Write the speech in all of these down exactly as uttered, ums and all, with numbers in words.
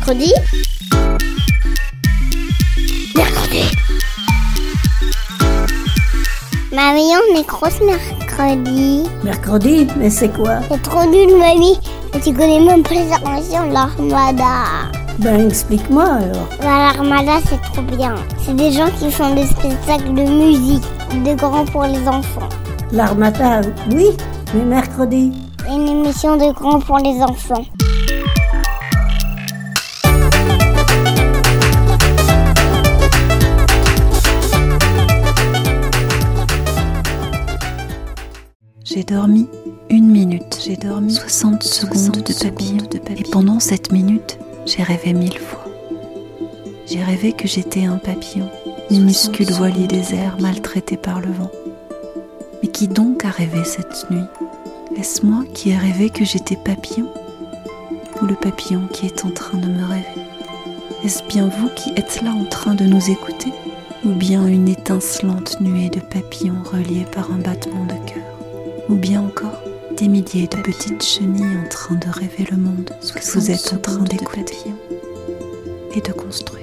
Mercredi. Mercredi. Mamie, on est grosse mercredi. Mercredi? Mais c'est quoi? C'est trop nul, mamie. Et tu connais même pas les armations de l'armada. Ben, explique-moi alors. Bah, l'armada, c'est trop bien. C'est des gens qui font des spectacles de musique, de grands pour les enfants. L'armada, oui, mais mercredi. C'est une émission de grands pour les enfants. J'ai dormi une minute, j'ai dormi soixante secondes de papillon, de papillon. Et pendant cette minute, j'ai rêvé mille fois. J'ai rêvé que j'étais un papillon, minuscule voilier des airs maltraité par le vent. Mais qui donc a rêvé cette nuit? Est-ce moi qui ai rêvé que j'étais papillon? Ou le papillon qui est en train de me rêver? Est-ce bien vous qui êtes là en train de nous écouter? Ou bien une étincelante nuée de papillons reliés par un battement de cœur? Ou bien encore des milliers de petites chenilles en train de rêver le monde que vous êtes en train d'écouter et de construire.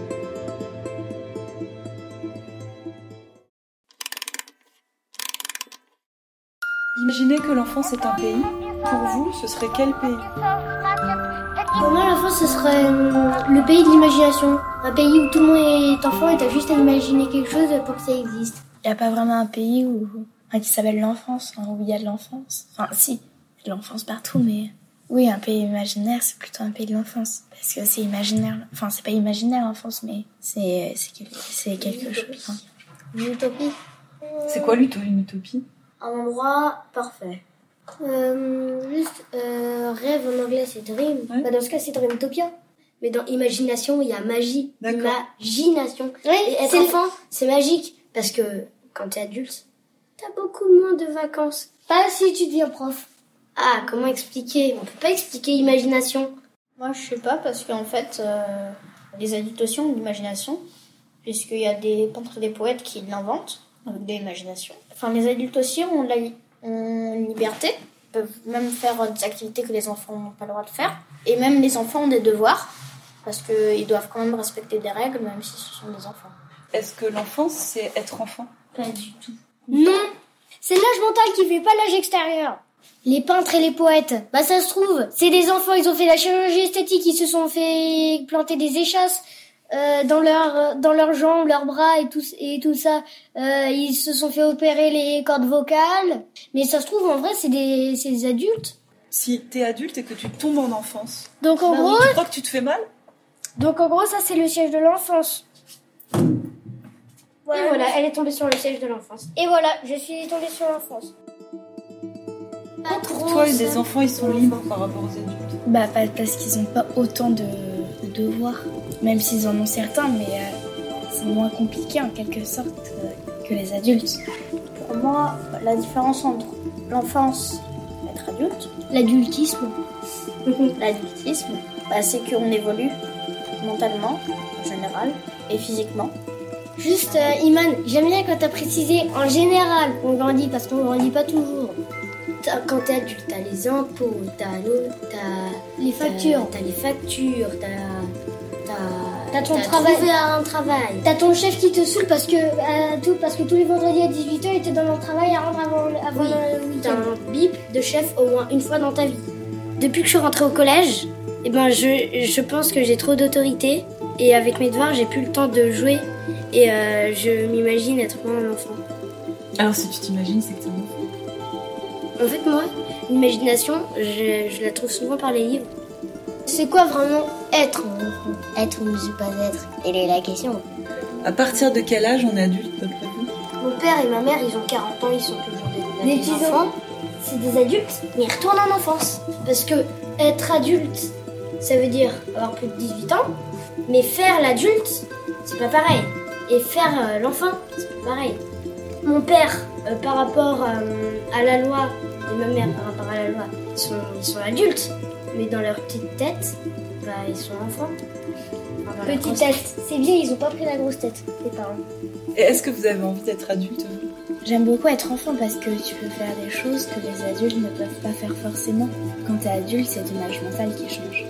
Imaginez que l'enfance est un pays. Pour vous, ce serait quel pays? Pour moi, l'enfance, ce serait euh, le pays de l'imagination. Un pays où tout le monde est enfant et t'as juste à imaginer quelque chose pour que ça existe. Il n'y a pas vraiment un pays où, enfin, qui s'appelle l'enfance, hein, où il y a de l'enfance. Enfin, si, il y a de l'enfance partout, mais oui, un pays imaginaire, c'est plutôt un pays de l'enfance. Parce que c'est imaginaire. Enfin, c'est pas imaginaire, l'enfance, mais c'est, c'est, c'est quelque chose. Hein. Une utopie. C'est quoi l'uto- une utopie? Un endroit parfait. Euh, juste, euh, rêve en anglais, c'est dream. Ouais. Bah, dans ce cas, c'est dreamtopia. Mais dans imagination, il y a magie. D'accord. Imagination. Oui, Et être c'est enfant, c'est magique. Parce que quand t'es adulte, t'as beaucoup moins de vacances. Pas si tu deviens prof. Ah, comment expliquer? On peut pas expliquer imagination. Moi, je sais pas, parce qu'en fait, euh, les adultes aussi ont de l'imagination, puisqu'il y a des peintres et des poètes qui l'inventent, avec de l'imagination. Enfin, les adultes aussi ont, la li- ont une liberté, peuvent même faire des activités que les enfants n'ont pas le droit de faire, et même les enfants ont des devoirs, parce qu'ils doivent quand même respecter des règles, même si ce sont des enfants. Est-ce que l'enfance, c'est être enfant? Pas du tout. Non, c'est l'âge mental qui fait pas l'âge extérieur. Les peintres et les poètes, bah ça se trouve, c'est des enfants, ils ont fait la chirurgie esthétique, ils se sont fait planter des échasses euh, dans leurs dans leurs jambes, leurs bras et tout et tout ça. Euh, ils se sont fait opérer les cordes vocales, mais ça se trouve en vrai c'est des c'est des adultes. Si t'es adulte et que tu tombes en enfance, Donc en bah, gros, tu crois que tu te fais mal? donc en gros ça c'est le siège de l'enfance. Voilà, et voilà, elle est tombée sur le siège de l'enfance. Et voilà, je suis tombée sur l'enfance. Pour toi, les enfants, ils sont libres par rapport aux adultes? Bah, pas parce qu'ils n'ont pas autant de, de devoirs, même s'ils en ont certains, mais euh, c'est moins compliqué en quelque sorte euh, que les adultes. Pour moi, la différence entre l'enfance et être adulte, L'adultisme. l'adultisme, bah, c'est qu'on évolue mentalement, en général, et physiquement. Juste, euh, Iman, j'aime bien quand t'as précisé en général qu'on grandit, parce qu'on grandit pas toujours. T'as- Quand t'es adulte, t'as les impôts, t'as l'eau, t'as les factures, t'as, t'as les factures, t'as, t'as, t'as ton t'as travail, trouvé un travail. T'as ton chef qui te saoule parce que euh, tout, parce que tous les vendredis à dix-huit heures, il te donne un travail à rendre avant, avant Oui, le week-end. T'as un bip de chef au moins une fois dans ta vie. Depuis que je suis rentrée au collège, eh ben je, je pense que j'ai trop d'autorité et avec mes devoirs, j'ai plus le temps de jouer et euh, je m'imagine être moi un enfant. Alors, si tu t'imagines, c'est que t'es un enfant. En fait, moi, l'imagination, je, je la trouve souvent par les livres. C'est quoi vraiment être un enfant? Être ou ne pas être? Quelle est la question? À partir de quel âge on est adulte, d'après vous? Mon père et ma mère, ils ont quarante ans, ils sont toujours des, Des des enfants. C'est des adultes, mais ils retournent en enfance. Parce que être adulte, ça veut dire avoir plus de dix-huit ans, mais faire l'adulte, c'est pas pareil. Et faire euh, l'enfant, c'est pas pareil. Mon père, euh, par rapport euh, à la loi, et ma mère, par rapport à la loi, ils sont, ils sont adultes, mais dans leur petite tête, bah, ils sont enfants. Enfin, dans leur Petite grosse tête, c'est bien, ils ont pas pris la grosse tête, les parents. Et est-ce que vous avez envie d'être adulte, vous? J'aime beaucoup être enfant parce que tu peux faire des choses que les adultes ne peuvent pas faire forcément. Quand t'es adulte, c'est ton âge mental qui change.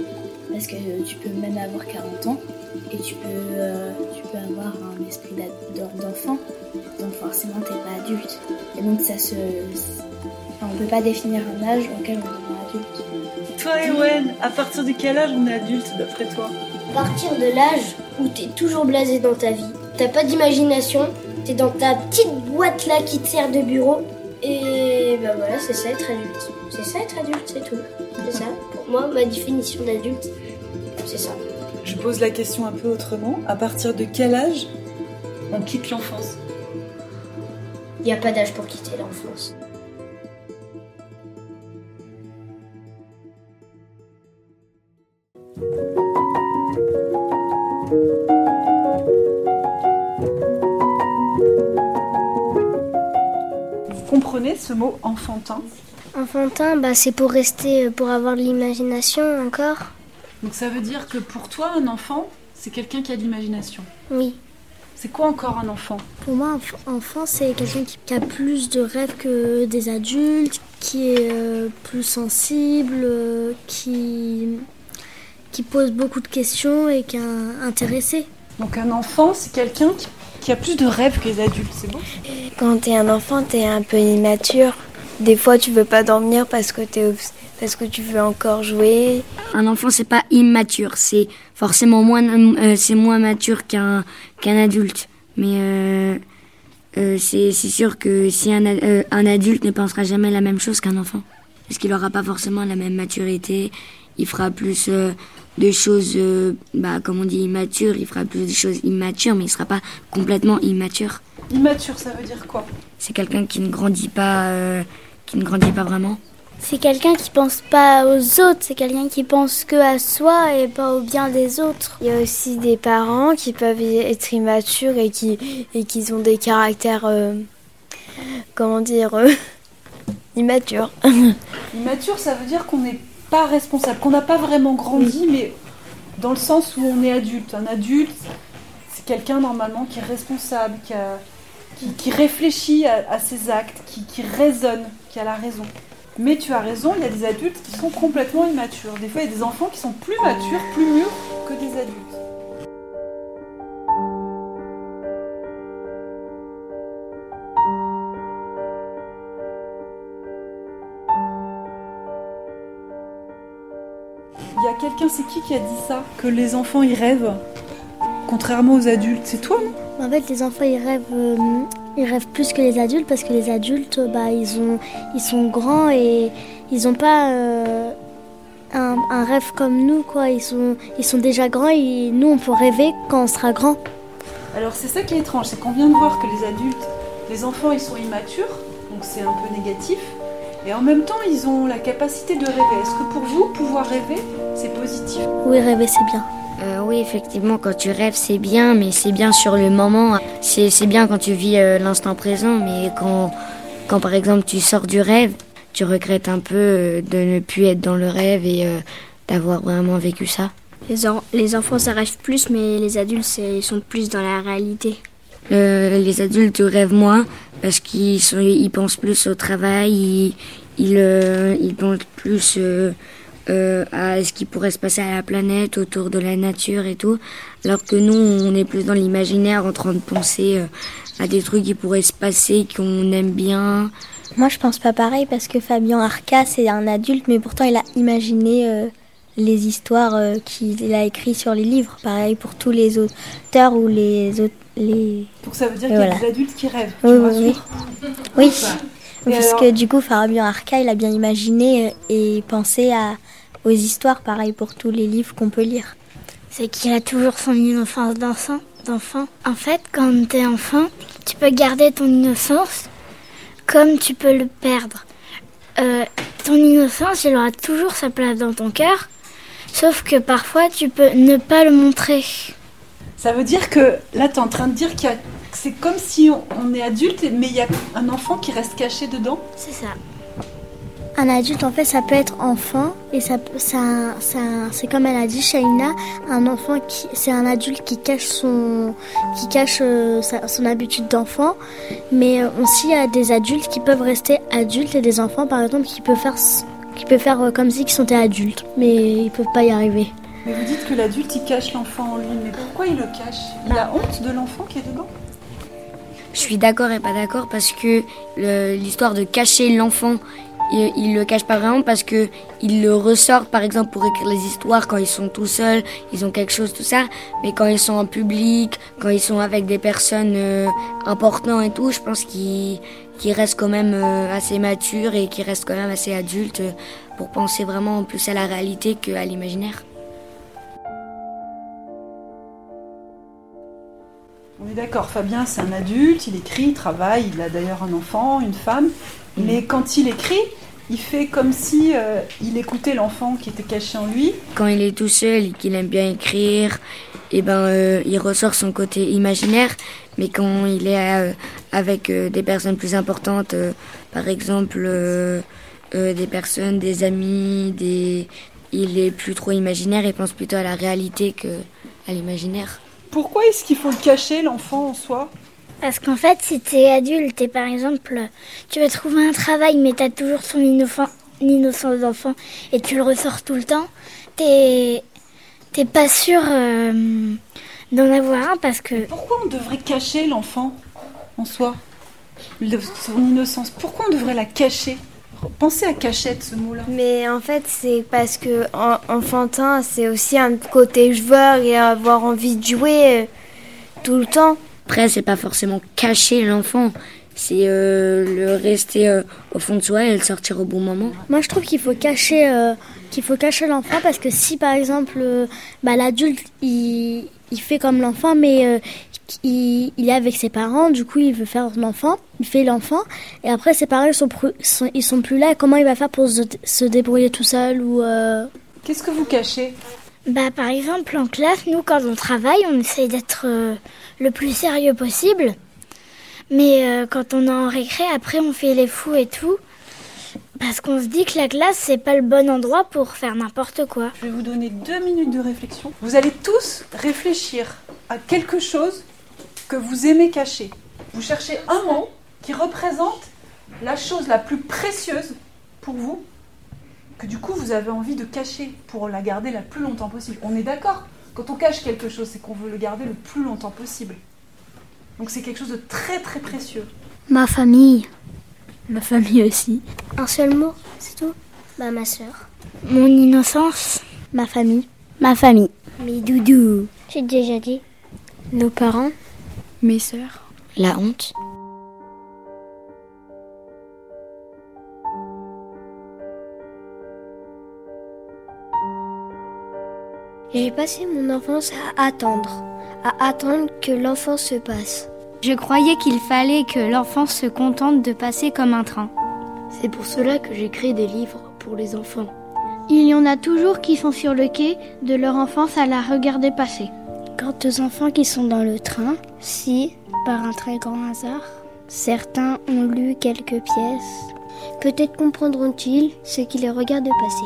parce que tu peux même avoir quarante ans et tu peux, euh, tu peux avoir un esprit d'enfant, donc forcément t'es pas adulte. Et donc ça se... Enfin, on peut pas définir un âge auquel on est adulte. Toi, Ewen, à partir de quel âge on est adulte d'après toi? À partir de l'âge où t'es toujours blasé dans ta vie, t'as pas d'imagination, t'es dans ta petite boîte là qui te sert de bureau, et bah voilà, c'est ça être adulte. C'est ça être adulte, c'est tout. C'est ça. Pour moi, ma définition d'adulte, c'est ça. Je pose la question un peu autrement. À partir de quel âge on quitte l'enfance? Il n'y a pas d'âge pour quitter l'enfance. Vous comprenez ce mot enfantin? Enfantin, bah, c'est pour rester, pour avoir de l'imagination encore. Donc ça veut dire que pour toi, un enfant, c'est quelqu'un qui a de l'imagination. Oui. C'est quoi encore un enfant? Pour moi, un enfant, c'est quelqu'un qui a plus de rêves que des adultes, qui est euh, plus sensible, euh, qui, qui pose beaucoup de questions et qui est intéressé. Donc un enfant, c'est quelqu'un qui, qui a plus de rêves que les adultes, c'est bon? Quand t'es un enfant, t'es un peu immature. Des fois, tu veux pas dormir parce que t'es obs- parce que tu veux encore jouer. Un enfant, c'est pas immature, c'est forcément moins, euh, c'est moins mature qu'un qu'un adulte. Mais euh, euh, c'est c'est sûr que si un euh, un adulte ne pensera jamais la même chose qu'un enfant, parce qu'il aura pas forcément la même maturité, il fera plus euh, de choses, euh, bah comme on dit immature, il fera plus de choses immatures, mais il sera pas complètement immature. Immature, ça veut dire quoi? C'est quelqu'un qui ne grandit pas, euh, qui ne grandit pas vraiment. C'est quelqu'un qui pense pas aux autres, c'est quelqu'un qui pense que à soi et pas au bien des autres. Il y a aussi des parents qui peuvent être immatures et qui et qui ont des caractères, euh, comment dire, euh, immatures. Immature, ça veut dire qu'on n'est pas responsable, qu'on n'a pas vraiment grandi, mais dans le sens où on est adulte. Un adulte, c'est quelqu'un normalement qui est responsable, qui, a, qui, qui réfléchit à, à ses actes, qui, qui raisonne, qui a la raison. Mais tu as raison, il y a des adultes qui sont complètement immatures. Des fois, il y a des enfants qui sont plus matures, plus mûrs que des adultes. Il y a quelqu'un, c'est qui qui a dit ça? Que les enfants, ils rêvent, contrairement aux adultes. C'est toi, non? En fait, les enfants, ils rêvent, euh, ils rêvent plus que les adultes parce que les adultes, bah, ils, ont, ils sont grands et ils n'ont pas euh, un, un rêve comme nous, quoi. Ils sont, ils sont déjà grands et nous, on peut rêver quand on sera grand. Alors, c'est ça qui est étrange, c'est qu'on vient de voir que les adultes, les enfants, ils sont immatures, donc c'est un peu négatif. Et en même temps, ils ont la capacité de rêver. Est-ce que pour vous, pouvoir rêver, c'est positif? Oui, rêver, c'est bien. Euh, oui, effectivement, quand tu rêves, c'est bien, mais c'est bien sur le moment. C'est, c'est bien quand tu vis euh, l'instant présent, mais quand, quand, par exemple, tu sors du rêve, tu regrettes un peu euh, de ne plus être dans le rêve et euh, d'avoir vraiment vécu ça. Les, en- les enfants, ça rêve plus, mais les adultes, c'est- ils sont plus dans la réalité. Euh, les adultes rêvent moins parce qu'ils sont, ils pensent plus au travail, ils, ils, euh, ils pensent plus euh, euh, à ce qui pourrait se passer à la planète, autour de la nature et tout, alors que nous, on est plus dans l'imaginaire, en train de penser euh, à des trucs qui pourraient se passer, qu'on aime bien. Moi, je pense pas pareil parce que Fabien Arca, c'est un adulte, mais pourtant, il a imaginé euh, les histoires euh, qu'il a écrites sur les livres. Pareil pour tous les auteurs ou les autres. Les... Donc ça veut dire Et qu'il y a voilà. des adultes qui rêvent, Oui, tu me oui, oui. rassures? Oui, Et parce alors que du coup, Fabien Arca, il a bien imaginé euh, et pensé à, aux histoires, pareil pour tous les livres qu'on peut lire. C'est qu'il a toujours son innocence d'enfant. d'enfant. En fait, quand t'es enfant, tu peux garder ton innocence comme tu peux le perdre. Euh, ton innocence, il aura toujours sa place dans ton cœur, sauf que parfois, tu peux ne pas le montrer. Ça veut dire que là, tu es en train de dire qu'il y a... c'est comme si on, on est adulte, mais il y a un enfant qui reste caché dedans. C'est ça. Un adulte, en fait, ça peut être enfant, et ça, ça, ça, c'est comme elle a dit, Shaina, un enfant qui, c'est un adulte qui cache son, qui cache euh, sa, son habitude d'enfant, mais euh, aussi il y a des adultes qui peuvent rester adultes et des enfants, par exemple, qui peuvent faire, qui peuvent faire euh, comme si ils sont adultes, mais ils peuvent pas y arriver. Mais vous dites que l'adulte, il cache l'enfant en lui. Mais pourquoi il le cache? Il a honte de l'enfant qui est dedans? Je suis d'accord et pas d'accord parce que le, l'histoire de cacher l'enfant, il, il le cache pas vraiment parce que il le ressort par exemple pour écrire les histoires quand ils sont tout seuls, ils ont quelque chose tout ça, mais quand ils sont en public, quand ils sont avec des personnes euh, importantes et tout, je pense qu'ils qu'ils restent quand même euh, assez matures et qu'ils restent quand même assez adultes euh, pour penser vraiment plus à la réalité qu'à l'imaginaire. On est d'accord, Fabien, c'est un adulte, il écrit, il travaille, il a d'ailleurs un enfant, une femme. Mmh. Mais quand il écrit, il fait comme si euh, il écoutait l'enfant qui était caché en lui. Quand il est tout seul et qu'il aime bien écrire, eh ben, euh, il ressort son côté imaginaire. Mais quand il est euh, avec euh, des personnes plus importantes, euh, par exemple euh, euh, des personnes, des amis, des... il est plus trop imaginaire et pense plutôt à la réalité qu'à l'imaginaire. Pourquoi est-ce qu'il faut le cacher, l'enfant en soi? Parce qu'en fait, si t'es adulte et par exemple, tu vas trouver un travail mais t'as toujours son innocent, innocence d'enfant et tu le ressors tout le temps, t'es, t'es pas sûr euh, d'en avoir un parce que... Pourquoi on devrait cacher l'enfant en soi? Son innocence, pourquoi on devrait la cacher? Pensez à cachette, ce mot-là. Mais en fait, c'est parce que en, enfantin, c'est aussi un côté joueur et avoir envie de jouer euh, tout le temps. Après, c'est pas forcément cacher l'enfant, c'est euh, le rester euh, au fond de soi et le sortir au bon moment. Moi, je trouve qu'il faut cacher, euh, qu'il faut cacher l'enfant parce que si, par exemple, euh, bah, l'adulte, il, il fait comme l'enfant, mais euh, il, il est avec ses parents, du coup, il veut faire l'enfant, il fait l'enfant, et après, ses parents, ils sont, sont, ils sont plus là, comment il va faire pour se, se débrouiller tout seul ou... Euh... Qu'est-ce que vous cachez? Bah, par exemple, en classe, nous, quand on travaille, on essaye d'être euh, le plus sérieux possible. Mais euh, quand on est en récré, après, on fait les fous et tout. Parce qu'on se dit que la classe, c'est pas le bon endroit pour faire n'importe quoi. Je vais vous donner deux minutes de réflexion. Vous allez tous réfléchir à quelque chose que vous aimez cacher. Vous cherchez un mot qui représente la chose la plus précieuse pour vous, que du coup vous avez envie de cacher pour la garder la plus longtemps possible. On est d'accord? Quand on cache quelque chose, c'est qu'on veut le garder le plus longtemps possible. Donc c'est quelque chose de très très précieux. Ma famille. Ma famille aussi. Un seul mot, c'est tout? Bah, ma sœur. Mon innocence. Ma famille. Ma famille. Mes doudous. J'ai déjà dit. Nos parents. Mes sœurs. La honte. J'ai passé mon enfance à attendre, à attendre que l'enfance se passe. Je croyais qu'il fallait que l'enfance se contente de passer comme un train. C'est pour cela que j'écris des livres pour les enfants. Il y en a toujours qui sont sur le quai de leur enfance à la regarder passer. Quant aux enfants qui sont dans le train, si, par un très grand hasard, certains ont lu quelques pièces, peut-être comprendront-ils ce qui les regarde passer.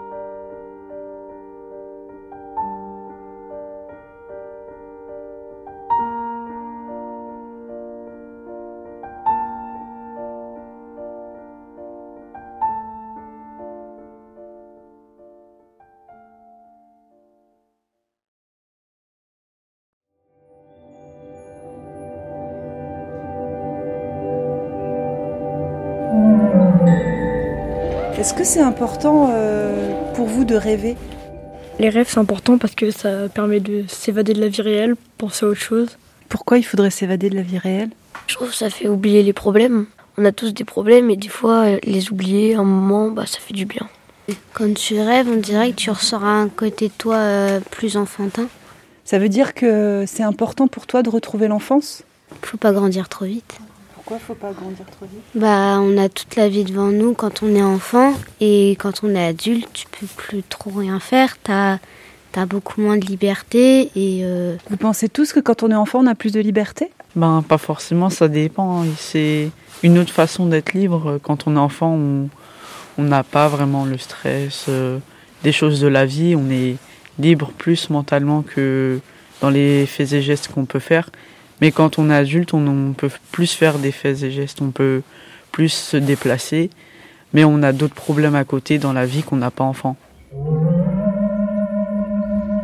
Est-ce que c'est important euh, pour vous de rêver? Les rêves, c'est important parce que ça permet de s'évader de la vie réelle, penser à autre chose. Pourquoi il faudrait s'évader de la vie réelle? Je trouve que ça fait oublier les problèmes. On a tous des problèmes et des fois, les oublier un moment, bah, ça fait du bien. Quand tu rêves, on dirait que tu ressors à un côté de toi euh, plus enfantin. Ça veut dire que c'est important pour toi de retrouver l'enfance? Faut pas grandir trop vite. Pourquoi faut pas grandir trop vite? Bah, on a toute la vie devant nous quand on est enfant et quand on est adulte, tu peux plus trop rien faire. T'as, t'as beaucoup moins de liberté et. Euh... Vous pensez tous que quand on est enfant, on a plus de liberté? Ben, pas forcément, ça dépend. C'est une autre façon d'être libre. Quand on est enfant, on on n'a pas vraiment le stress euh, des choses de la vie. On est libre plus mentalement que dans les faits et gestes qu'on peut faire. Mais quand on est adulte, on, on peut plus faire des faits et gestes, on peut plus se déplacer. Mais on a d'autres problèmes à côté dans la vie qu'on n'a pas enfant.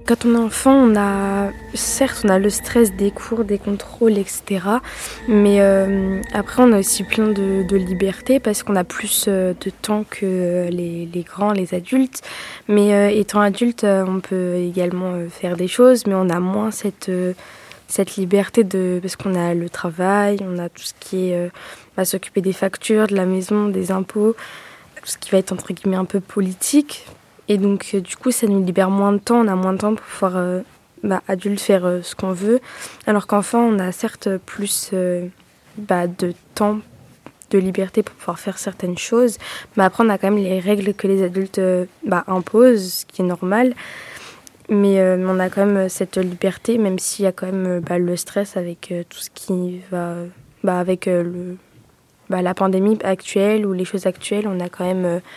Quand on est enfant, on a, certes, on a le stress des cours, des contrôles, et cetera. Mais euh, après, on a aussi plein de, de liberté parce qu'on a plus euh, de temps que les, les grands, les adultes. Mais euh, étant adulte, euh, on peut également euh, faire des choses, mais on a moins cette, euh, cette liberté de, parce qu'on a le travail, on a tout ce qui est euh, bah, s'occuper des factures, de la maison, des impôts, tout ce qui va être entre guillemets un peu politique. Et donc, euh, du coup, ça nous libère moins de temps. On a moins de temps pour pouvoir, euh, bah, adulte, faire euh, ce qu'on veut. Alors qu'enfant, on a certes plus euh, bah, de temps, de liberté pour pouvoir faire certaines choses. Mais après, on a quand même les règles que les adultes euh, bah, imposent, ce qui est normal. Mais euh, on a quand même cette liberté, même s'il y a quand même euh, bah, le stress avec euh, tout ce qui va... Bah, avec euh, le, bah, la pandémie actuelle ou les choses actuelles, on a quand même... Euh,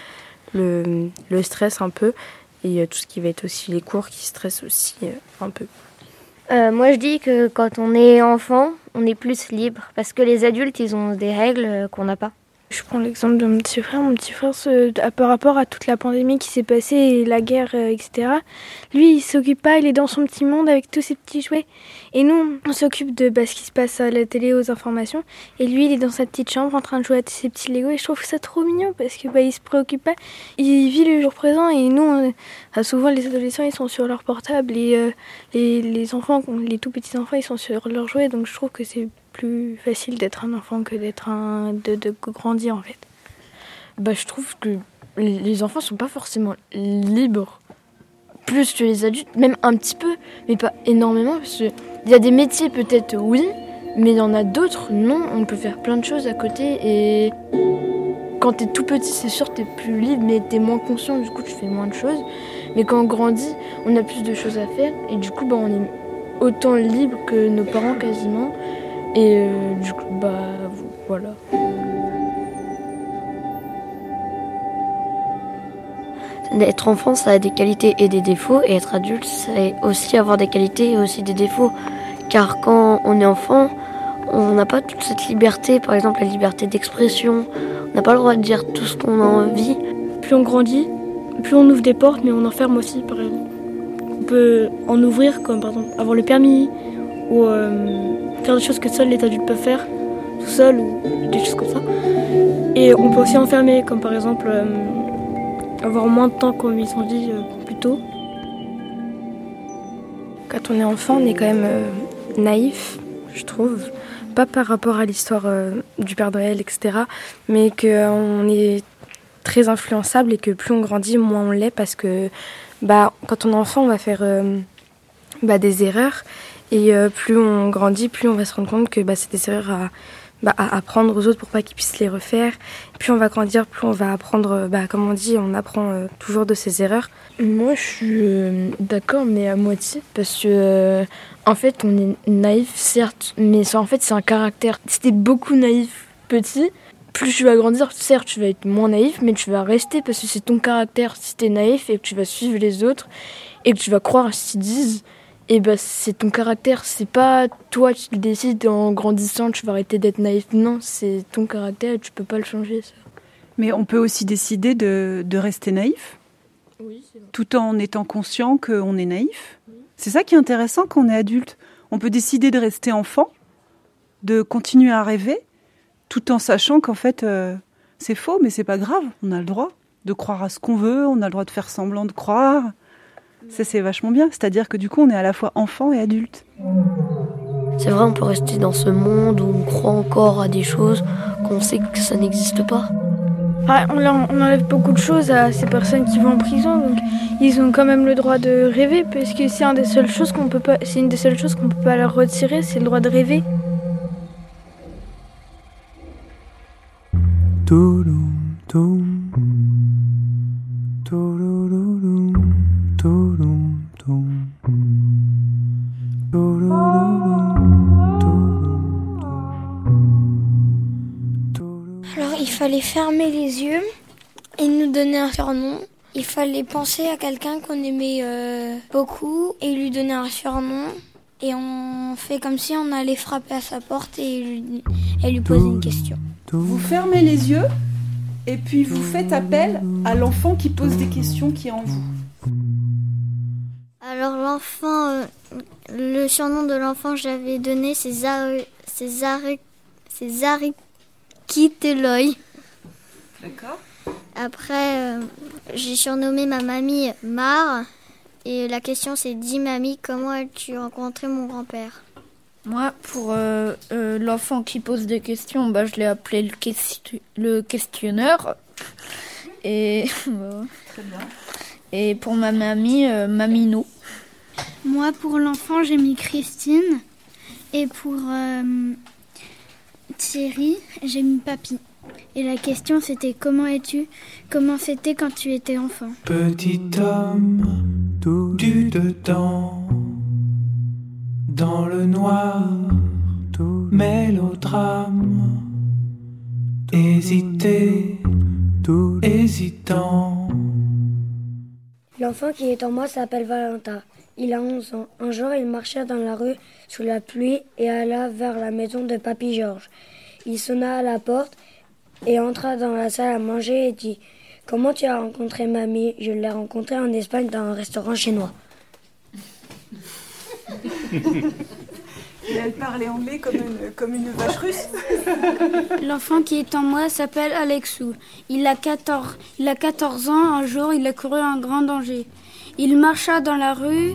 Le, le stress un peu et euh, tout ce qui va être aussi les cours qui stressent aussi euh, un peu. Euh, moi je dis que quand on est enfant, on est plus libre parce que les adultes ils ont des règles qu'on n'a pas. Je prends l'exemple de mon petit frère. Mon petit frère, ce, par rapport à toute la pandémie qui s'est passée, et la guerre, euh, et cetera, lui, il s'occupe pas, il est dans son petit monde avec tous ses petits jouets. Et nous, on s'occupe de bah, ce qui se passe à la télé, aux informations. Et lui, il est dans sa petite chambre en train de jouer à ses petits Legos. Et je trouve ça trop mignon parce que bah, il se préoccupe pas. Il vit le jour présent. Et nous, on, ah, souvent, les adolescents, ils sont sur leur portable. Et euh, les, les enfants, les tout petits enfants, ils sont sur leurs jouets. Donc je trouve que c'est plus facile d'être un enfant que d'être un de, de grandir en fait. Bah je trouve que les enfants sont pas forcément libres plus que les adultes, même un petit peu, mais pas énormément parce que il y a des métiers peut-être oui, mais il y en a d'autres non. On peut faire plein de choses à côté et quand t'es tout petit c'est sûr t'es plus libre mais t'es moins conscient, du coup tu fais moins de choses. Mais quand on grandit on a plus de choses à faire et du coup bah on est autant libre que nos parents quasiment. Et euh, du coup, bah voilà. Être enfant, ça a des qualités et des défauts. Et être adulte, c'est aussi avoir des qualités et aussi des défauts. Car quand on est enfant, on n'a pas toute cette liberté. Par exemple, la liberté d'expression. On n'a pas le droit de dire tout ce qu'on a envie. Plus on grandit, plus on ouvre des portes, mais on enferme aussi, par exemple. On peut en ouvrir, comme par exemple avoir le permis, ou... Euh, faire des choses que seuls les adultes peuvent faire, tout seul ou des choses comme ça. Et on peut aussi enfermer, comme par exemple euh, avoir moins de temps comme ils ont dit euh, plus tôt. Quand on est enfant, on est quand même euh, naïf, je trouve. Pas par rapport à l'histoire euh, du Père Noël, et cetera. Mais qu'on est très influençable et que plus on grandit, moins on l'est parce que bah, quand on est enfant, on va faire euh, bah, des erreurs. Et euh, plus on grandit, plus on va se rendre compte que bah, c'est des erreurs à, bah, à apprendre aux autres pour pas qu'ils puissent les refaire. Et plus on va grandir, plus on va apprendre, bah, comme on dit, on apprend euh, toujours de ses erreurs. Moi, je suis euh, d'accord, mais à moitié, parce que euh, en fait, on est naïf, certes, mais ça, en fait, c'est un caractère. Si t'es beaucoup naïf petit, plus tu vas grandir, certes, tu vas être moins naïf, mais tu vas rester parce que c'est ton caractère. Si t'es naïf et que tu vas suivre les autres et que tu vas croire à ce qu'ils disent, et bah c'est ton caractère, c'est pas toi qui le décides en grandissant, tu vas arrêter d'être naïf. Non, c'est ton caractère et tu peux pas le changer, ça. Mais on peut aussi décider de, de rester naïf, oui, c'est vrai. Tout en étant conscient qu'on est naïf. Oui. C'est ça qui est intéressant quand on est adulte. On peut décider de rester enfant, de continuer à rêver, tout en sachant qu'en fait, euh, c'est faux, mais c'est pas grave. On a le droit de croire à ce qu'on veut, on a le droit de faire semblant de croire. Ça, c'est vachement bien. C'est-à-dire que du coup, on est à la fois enfant et adulte. C'est vrai, on peut rester dans ce monde où on croit encore à des choses qu'on sait que ça n'existe pas. Ah, on, on enlève beaucoup de choses à ces personnes qui vont en prison, donc ils ont quand même le droit de rêver, parce que c'est, un des seules choses qu'on peut pas, c'est une des seules choses qu'on peut pas leur retirer, c'est le droit de rêver. Alors il fallait fermer les yeux et nous donner un surnom. Il fallait penser à quelqu'un qu'on aimait euh, beaucoup et lui donner un surnom. Et on fait comme si on allait frapper à sa porte et lui, et lui poser une question. Vous fermez les yeux et puis vous faites appel à l'enfant qui pose des questions qui est en vous. Alors l'enfant, euh, le surnom de l'enfant que j'avais donné, c'est Zari, c'est Zari, c'est Zari Kiteloy. D'accord. Après, euh, j'ai surnommé ma mamie Mar. Et la question c'est, dis mamie, comment as-tu rencontré mon grand-père? Moi, pour euh, euh, l'enfant qui pose des questions, bah, je l'ai appelé le, question- le questionneur. Et, bah, Très bien. et pour ma mamie, euh, Mamino. Moi, pour l'enfant, j'ai mis Christine. Et pour euh, Thierry, j'ai mis Papy. Et la question, c'était comment es-tu? Comment c'était quand tu étais enfant? Petit homme, tout du dedans, dans le noir, tout mélodrame, hésiter, tout hésitant. L'enfant qui est en moi s'appelle Valentin. Il a onze ans. Un jour, il marchait dans la rue sous la pluie et alla vers la maison de Papy Georges. Il sonna à la porte et entra dans la salle à manger et dit « Comment tu as rencontré mamie? Je l'ai rencontrée en Espagne dans un restaurant chinois. » Et elle parlait anglais comme une, comme une vache russe. L'enfant qui est en moi s'appelle Alexou. Il a quatorze, il a quatorze ans. Un jour, il a couru un grand danger. Il marcha dans la rue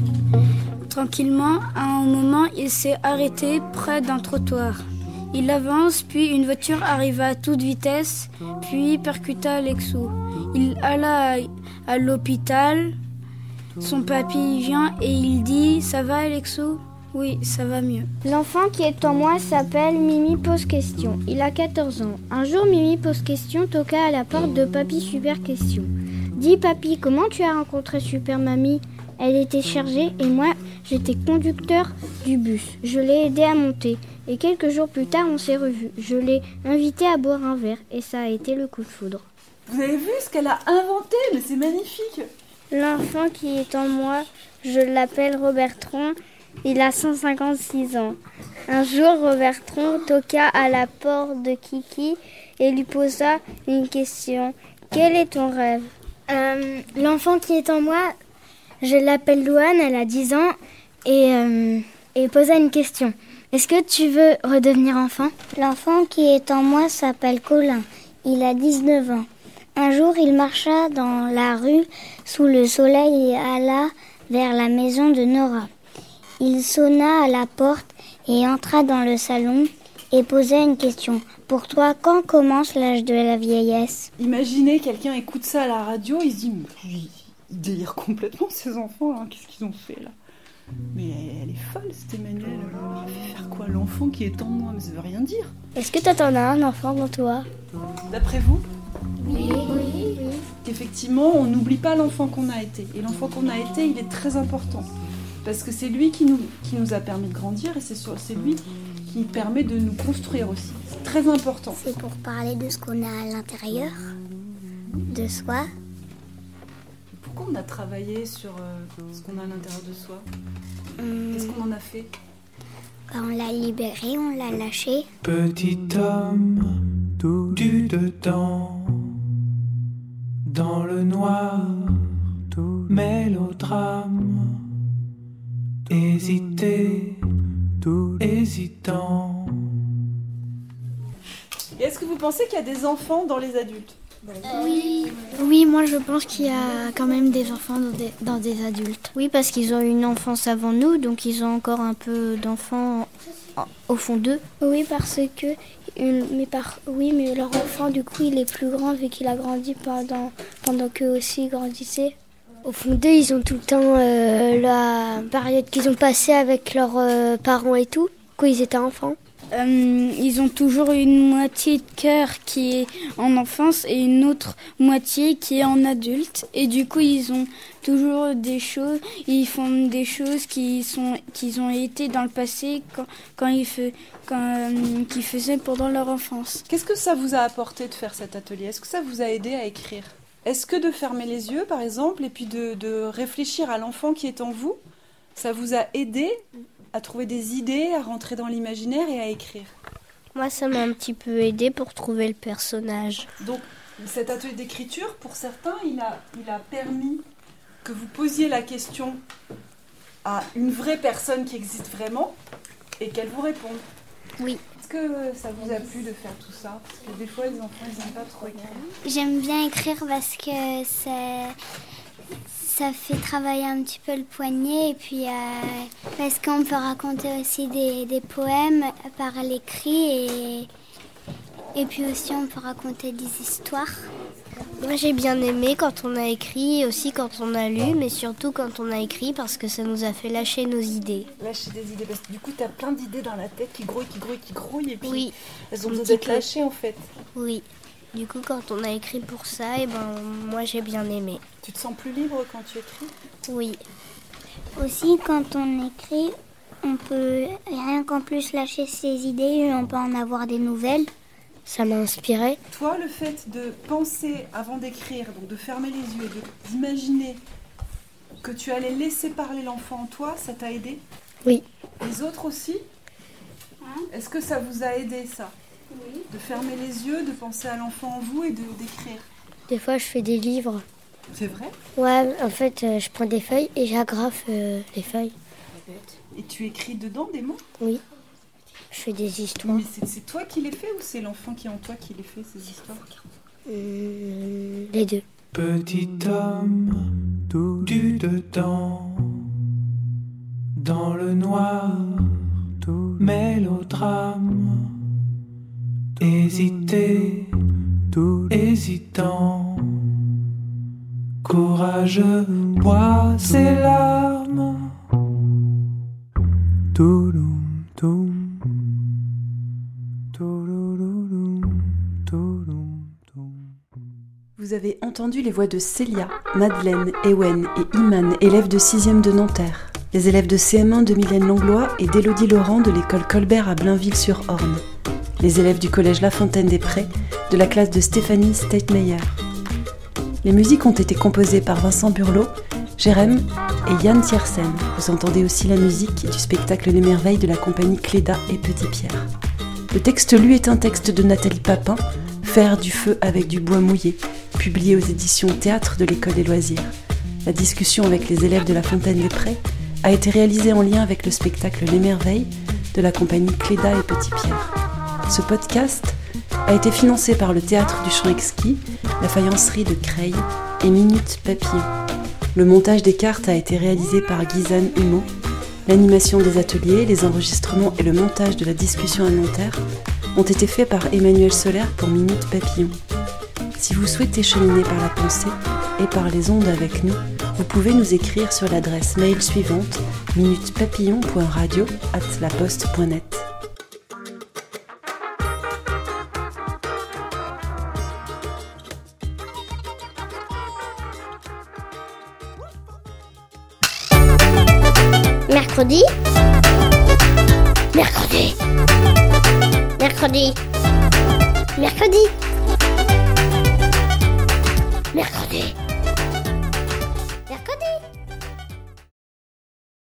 tranquillement. À un moment, il s'est arrêté près d'un trottoir. Il avance, puis une voiture arriva à toute vitesse, puis percuta Alexou. Il alla à, à l'hôpital. Son papy vient et il dit « Ça va, Alexou ?» Oui, ça va mieux. L'enfant qui est en moi s'appelle Mimi pose question. Il a quatorze ans. Un jour, Mimi pose question toqua à la porte de Papy Super Question. Dis Papy, comment tu as rencontré Super Mamie? Elle était chargée et moi, j'étais conducteur du bus. Je l'ai aidé à monter. Et quelques jours plus tard, on s'est revus. Je l'ai invité à boire un verre et ça a été le coup de foudre. Vous avez vu ce qu'elle a inventé? Mais c'est magnifique. L'enfant qui est en moi, je l'appelle Robertron. Il a cent cinquante-six ans. Un jour, Robertron toqua à la porte de Kiki et lui posa une question. Quel est ton rêve? euh, L'enfant qui est en moi, je l'appelle Louane, elle a dix ans, et, euh, et posa une question. Est-ce que tu veux redevenir enfant? L'enfant qui est en moi s'appelle Colin. Il a dix-neuf ans. Un jour, il marcha dans la rue sous le soleil et alla vers la maison de Nora. Il sonna à la porte et entra dans le salon et posa une question. Pour toi, quand commence l'âge de la vieillesse? Imaginez, quelqu'un écoute ça à la radio, il se dit « Ils délirent complètement ces enfants, hein. Qu'est-ce qu'ils ont fait là ?» Mais elle est folle, cette Emmanuelle. Elle fait faire quoi? L'enfant qui est en moi, mais ça veut rien dire. Est-ce que toi, t'en as un enfant en toi? D'après vous? Oui, oui, oui. Effectivement, on n'oublie pas l'enfant qu'on a été. Et l'enfant qu'on a été, il est très important. Parce que c'est lui qui nous, qui nous a permis de grandir et c'est, sur, c'est lui qui permet de nous construire aussi. C'est très important. C'est pour parler de ce qu'on a à l'intérieur de soi. Pourquoi on a travaillé sur euh, ce qu'on a à l'intérieur de soi? hum, Qu'est-ce qu'on en a fait? On l'a libéré, on l'a lâché. Petit homme, tout du dedans, dans le noir, tout mélodrame, hésiter, tout hésitant. Et est-ce que vous pensez qu'il y a des enfants dans les adultes? Oui, oui, moi je pense qu'il y a quand même des enfants dans des, dans des adultes. Oui, parce qu'ils ont une enfance avant nous, donc ils ont encore un peu d'enfants au fond d'eux. Oui, parce que euh, mais par, oui, mais leur enfant, du coup, il est plus grand vu qu'il a grandi pendant, pendant qu'eux aussi grandissaient. Au fond d'eux, ils ont tout le temps euh, la période qu'ils ont passée avec leurs euh, parents et tout, quand ils étaient enfants. Euh, ils ont toujours une moitié de cœur qui est en enfance et une autre moitié qui est en adulte. Et du coup, ils ont toujours des choses, ils font des choses qui sont, qu'ils ont été dans le passé quand, quand ils, fait, quand, euh, qu'ils faisaient pendant leur enfance. Qu'est-ce que ça vous a apporté de faire cet atelier? Est-ce que ça vous a aidé à écrire? Est-ce que de fermer les yeux, par exemple, et puis de, de réfléchir à l'enfant qui est en vous, ça vous a aidé à trouver des idées, à rentrer dans l'imaginaire et à écrire? Moi, ça m'a un petit peu aidé pour trouver le personnage. Donc, cet atelier d'écriture, pour certains, il a, il a permis que vous posiez la question à une vraie personne qui existe vraiment et qu'elle vous réponde. Oui. Est-ce que ça vous a plu de faire tout ça? Parce que des fois, les enfants, ils n'aiment pas trop écrire. J'aime bien écrire parce que ça, ça fait travailler un petit peu le poignet et puis euh, parce qu'on peut raconter aussi des, des poèmes par l'écrit et, et puis aussi on peut raconter des histoires. Moi j'ai bien aimé quand on a écrit, aussi quand on a lu, mais surtout quand on a écrit parce que ça nous a fait lâcher nos idées. Lâcher des idées, parce que du coup tu as plein d'idées dans la tête qui grouillent, qui grouillent, qui grouillent et puis oui, elles ont besoin d'être lâchées en fait. Oui, du coup quand on a écrit pour ça, et ben, moi j'ai bien aimé. Tu te sens plus libre quand tu écris? Oui. Aussi quand on écrit, on peut rien qu'en plus lâcher ses idées, on peut en avoir des nouvelles. Ça m'a inspiré. Toi, le fait de penser avant d'écrire, donc de fermer les yeux et d'imaginer que tu allais laisser parler l'enfant en toi, ça t'a aidé? Oui. Les autres aussi? Hein? Est-ce que ça vous a aidé, ça? Oui. De fermer les yeux, de penser à l'enfant en vous et de, d'écrire? Des fois, je fais des livres. C'est vrai? Ouais, en fait, euh, je prends des feuilles et j'agrafe euh, les feuilles. Et tu écris dedans des mots? Oui. Je fais des histoires. Mais c'est, c'est toi qui les fais ou c'est l'enfant qui est en toi qui les fait, ces histoires? mmh, Les deux. Petit homme, tout du dedans, dans le noir, tout mélodrame, hésiter, tout hésitant, courageux, bois ses larmes, tout tout. Vous avez entendu les voix de Célia, Madeleine, Ewen et Iman, élèves de sixième de Nanterre. Les élèves de C M un de Mylène Langlois et d'Élodie Laurent de l'école Colbert à Blainville-sur-Orne. Les élèves du collège La Fontaine-des-Prés de la classe de Stéphanie Steitmeyer. Les musiques ont été composées par Vincent Burlot, Jérém et Yann Thiersen. Vous entendez aussi la musique du spectacle Les Merveilles de la compagnie Cléda et Petit Pierre. Le texte lu est un texte de Nathalie Papin, Faire du feu avec du bois mouillé, publié aux éditions Théâtre de l'École des Loisirs. La discussion avec les élèves de la Fontaine-des-Prés a été réalisée en lien avec le spectacle Les Merveilles de la compagnie Cléda et Petit Pierre. Ce podcast a été financé par le Théâtre du Champ Exquis, la faïencerie de Creil et Minute Papillon. Le montage des cartes a été réalisé par Guyzane Humeau. L'animation des ateliers, les enregistrements et le montage de la discussion à Nanterre ont été faits par Emmanuel Solaire pour Minute Papillon. Si vous souhaitez cheminer par la pensée et par les ondes avec nous, vous pouvez nous écrire sur l'adresse mail suivante minutepapillon point radio arobase laposte point net. Mercredi. Mercredi. Mercredi. Mercredi. Mercredi.